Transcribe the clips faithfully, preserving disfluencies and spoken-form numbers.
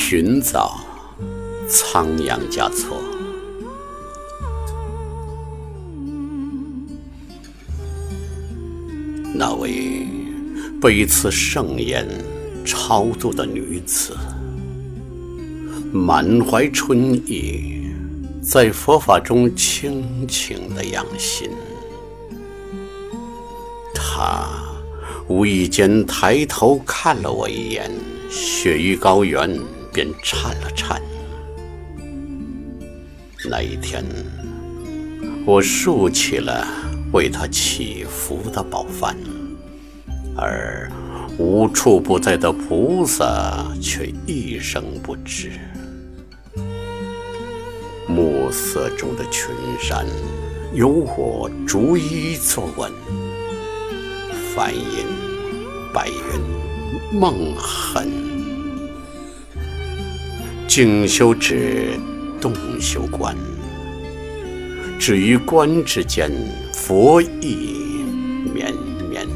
寻找，仓央嘉措。那位被一次盛宴超度的女子，满怀春意，在佛法中轻轻地养心。她无意间抬头看了我一眼，雪域高原便颤了颤。那一天，我竖起了为他祈福的宝幡，而无处不在的菩萨却一声不知。暮色中的群山，由我逐一作问。梵音、白云、梦痕，静修止，动修观。至于观之间，佛意绵绵。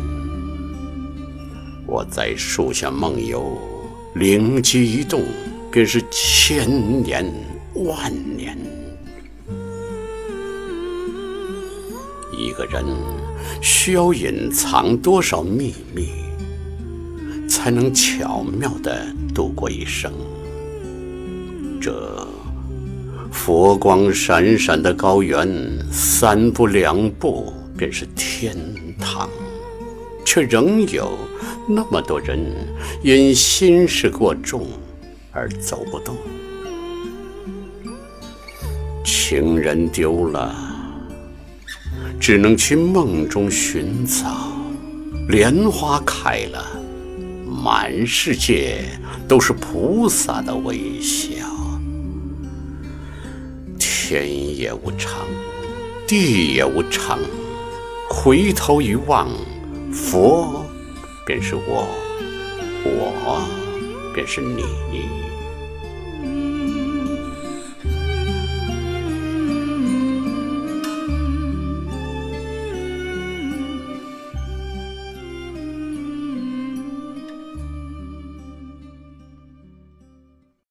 我在树下梦游，灵机一动，便是千年万年。一个人需要隐藏多少秘密，才能巧妙地度过一生？这佛光闪闪的高原，三步两步便是天堂，却仍有那么多人因心事过重而走不动。情人丢了，只能去梦中寻找；莲花开了，满世界都是菩萨的微笑。天也无常，地也无常，回头一望，佛便是我，我便是你。